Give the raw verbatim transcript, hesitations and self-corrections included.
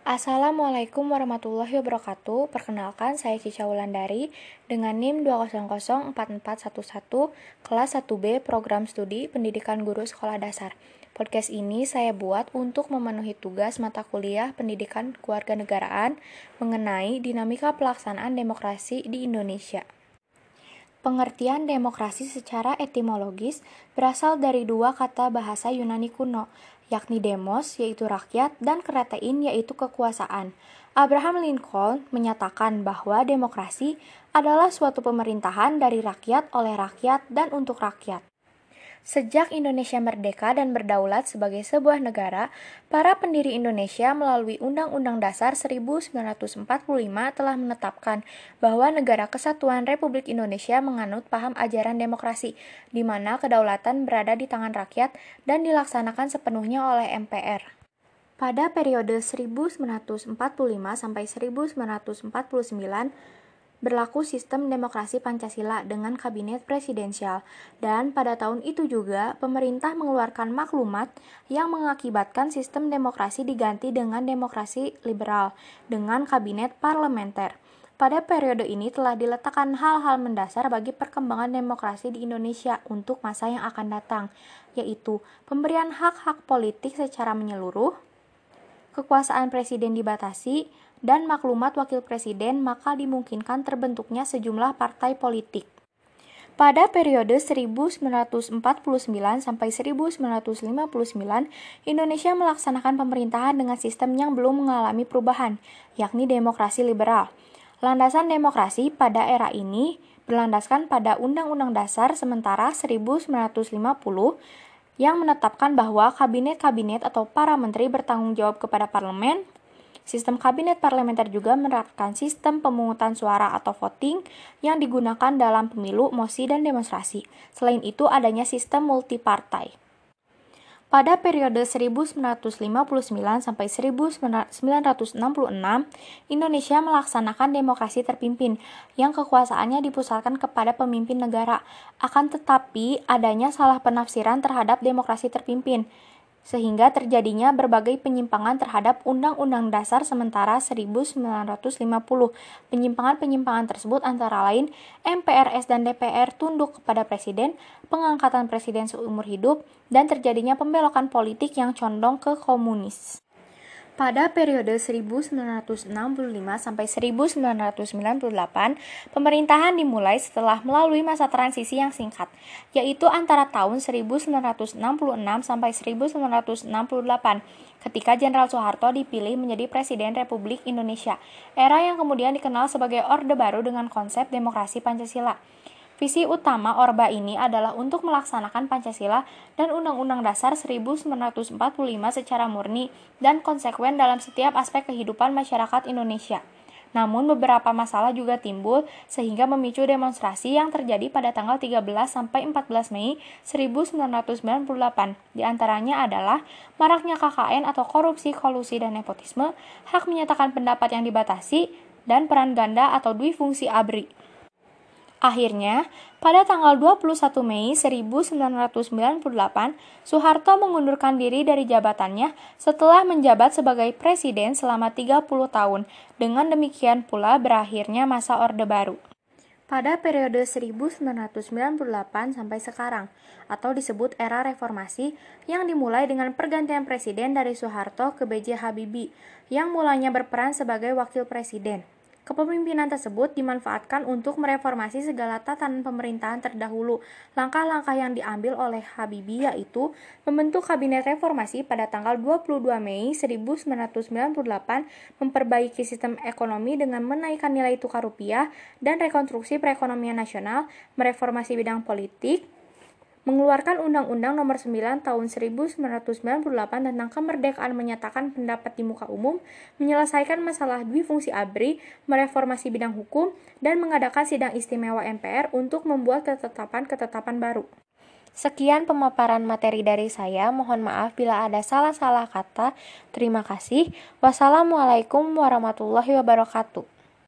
Assalamualaikum warahmatullahi wabarakatuh. Perkenalkan, saya Cica Wulandari dengan N I M dua nol nol empat empat satu satu, kelas satu B, Program Studi Pendidikan Guru Sekolah Dasar. Podcast ini saya buat untuk memenuhi tugas mata kuliah Pendidikan Kewarganegaraan mengenai dinamika pelaksanaan demokrasi di Indonesia. Pengertian demokrasi secara etimologis berasal dari dua kata bahasa Yunani kuno, yakni demos, yaitu rakyat, dan kratein, yaitu kekuasaan. Abraham Lincoln menyatakan bahwa demokrasi adalah suatu pemerintahan dari rakyat, oleh rakyat, dan untuk rakyat. Sejak Indonesia merdeka dan berdaulat sebagai sebuah negara, para pendiri Indonesia melalui Undang-Undang Dasar seribu sembilan ratus empat puluh lima telah menetapkan bahwa Negara Kesatuan Republik Indonesia menganut paham ajaran demokrasi, di mana kedaulatan berada di tangan rakyat dan dilaksanakan sepenuhnya oleh M P R. Pada periode seribu sembilan ratus empat puluh lima sampai seribu sembilan ratus empat puluh sembilan, berlaku sistem demokrasi Pancasila dengan kabinet presidensial, dan pada tahun itu juga pemerintah mengeluarkan maklumat yang mengakibatkan sistem demokrasi diganti dengan demokrasi liberal dengan kabinet parlementer. Pada periode ini telah diletakkan hal-hal mendasar bagi perkembangan demokrasi di Indonesia untuk masa yang akan datang, yaitu pemberian hak-hak politik secara menyeluruh, kekuasaan presiden dibatasi, dan maklumat wakil presiden, maka dimungkinkan terbentuknya sejumlah partai politik. Pada periode seribu sembilan ratus empat puluh sembilan sampai seribu sembilan ratus lima puluh sembilan, Indonesia melaksanakan pemerintahan dengan sistem yang belum mengalami perubahan, yakni demokrasi liberal. Landasan demokrasi pada era ini berlandaskan pada Undang-Undang Dasar sementara seribu sembilan ratus lima puluh yang menetapkan bahwa kabinet-kabinet atau para menteri bertanggung jawab kepada parlemen. Sistem kabinet parlementer juga menerapkan sistem pemungutan suara atau voting yang digunakan dalam pemilu, mosi, dan demonstrasi. Selain itu, adanya sistem multipartai. Pada periode seribu sembilan ratus lima puluh sembilan sampai seribu sembilan ratus enam puluh enam, Indonesia melaksanakan demokrasi terpimpin yang kekuasaannya dipusatkan kepada pemimpin negara. Akan tetapi, adanya salah penafsiran terhadap demokrasi terpimpin, sehingga terjadinya berbagai penyimpangan terhadap Undang-Undang Dasar sementara seribu sembilan ratus lima puluh. Penyimpangan-penyimpangan tersebut antara lain M P R S dan D P R tunduk kepada presiden, pengangkatan presiden seumur hidup, dan terjadinya pembelokan politik yang condong ke komunis. Pada periode seribu sembilan ratus enam puluh lima sampai seribu sembilan ratus sembilan puluh delapan, pemerintahan dimulai setelah melalui masa transisi yang singkat, yaitu antara tahun seribu sembilan ratus enam puluh enam sampai seribu sembilan ratus enam puluh delapan, ketika Jenderal Soeharto dipilih menjadi Presiden Republik Indonesia, era yang kemudian dikenal sebagai Orde Baru dengan konsep demokrasi Pancasila. Visi utama Orba ini adalah untuk melaksanakan Pancasila dan Undang-Undang Dasar seribu sembilan ratus empat puluh lima secara murni dan konsekuen dalam setiap aspek kehidupan masyarakat Indonesia. Namun beberapa masalah juga timbul sehingga memicu demonstrasi yang terjadi pada tanggal tiga belas sampai empat belas Mei seribu sembilan ratus sembilan puluh delapan. Di antaranya adalah maraknya K K N atau korupsi, kolusi, dan nepotisme, hak menyatakan pendapat yang dibatasi, dan peran ganda atau duifungsi A B R I. Akhirnya, pada tanggal dua puluh satu Mei seribu sembilan ratus sembilan puluh delapan, Soeharto mengundurkan diri dari jabatannya setelah menjabat sebagai presiden selama tiga puluh tahun. Dengan demikian pula berakhirnya masa Orde Baru. Pada periode seribu sembilan ratus sembilan puluh delapan sampai sekarang, atau disebut era reformasi, yang dimulai dengan pergantian presiden dari Soeharto ke B J Habibie, yang mulanya berperan sebagai wakil presiden. Kepemimpinan tersebut dimanfaatkan untuk mereformasi segala tatanan pemerintahan terdahulu. Langkah-langkah yang diambil oleh Habibie yaitu membentuk Kabinet Reformasi pada tanggal dua puluh dua Mei seribu sembilan ratus sembilan puluh delapan, memperbaiki sistem ekonomi dengan menaikkan nilai tukar rupiah dan rekonstruksi perekonomian nasional, mereformasi bidang politik, mengeluarkan Undang-Undang Nomor sembilan Tahun seribu sembilan ratus sembilan puluh delapan tentang kemerdekaan menyatakan pendapat di muka umum, menyelesaikan masalah duifungsi A B R I, mereformasi bidang hukum, dan mengadakan sidang istimewa M P R untuk membuat ketetapan-ketetapan baru. Sekian pemaparan materi dari saya, mohon maaf bila ada salah-salah kata. Terima kasih. Wassalamualaikum warahmatullahi wabarakatuh.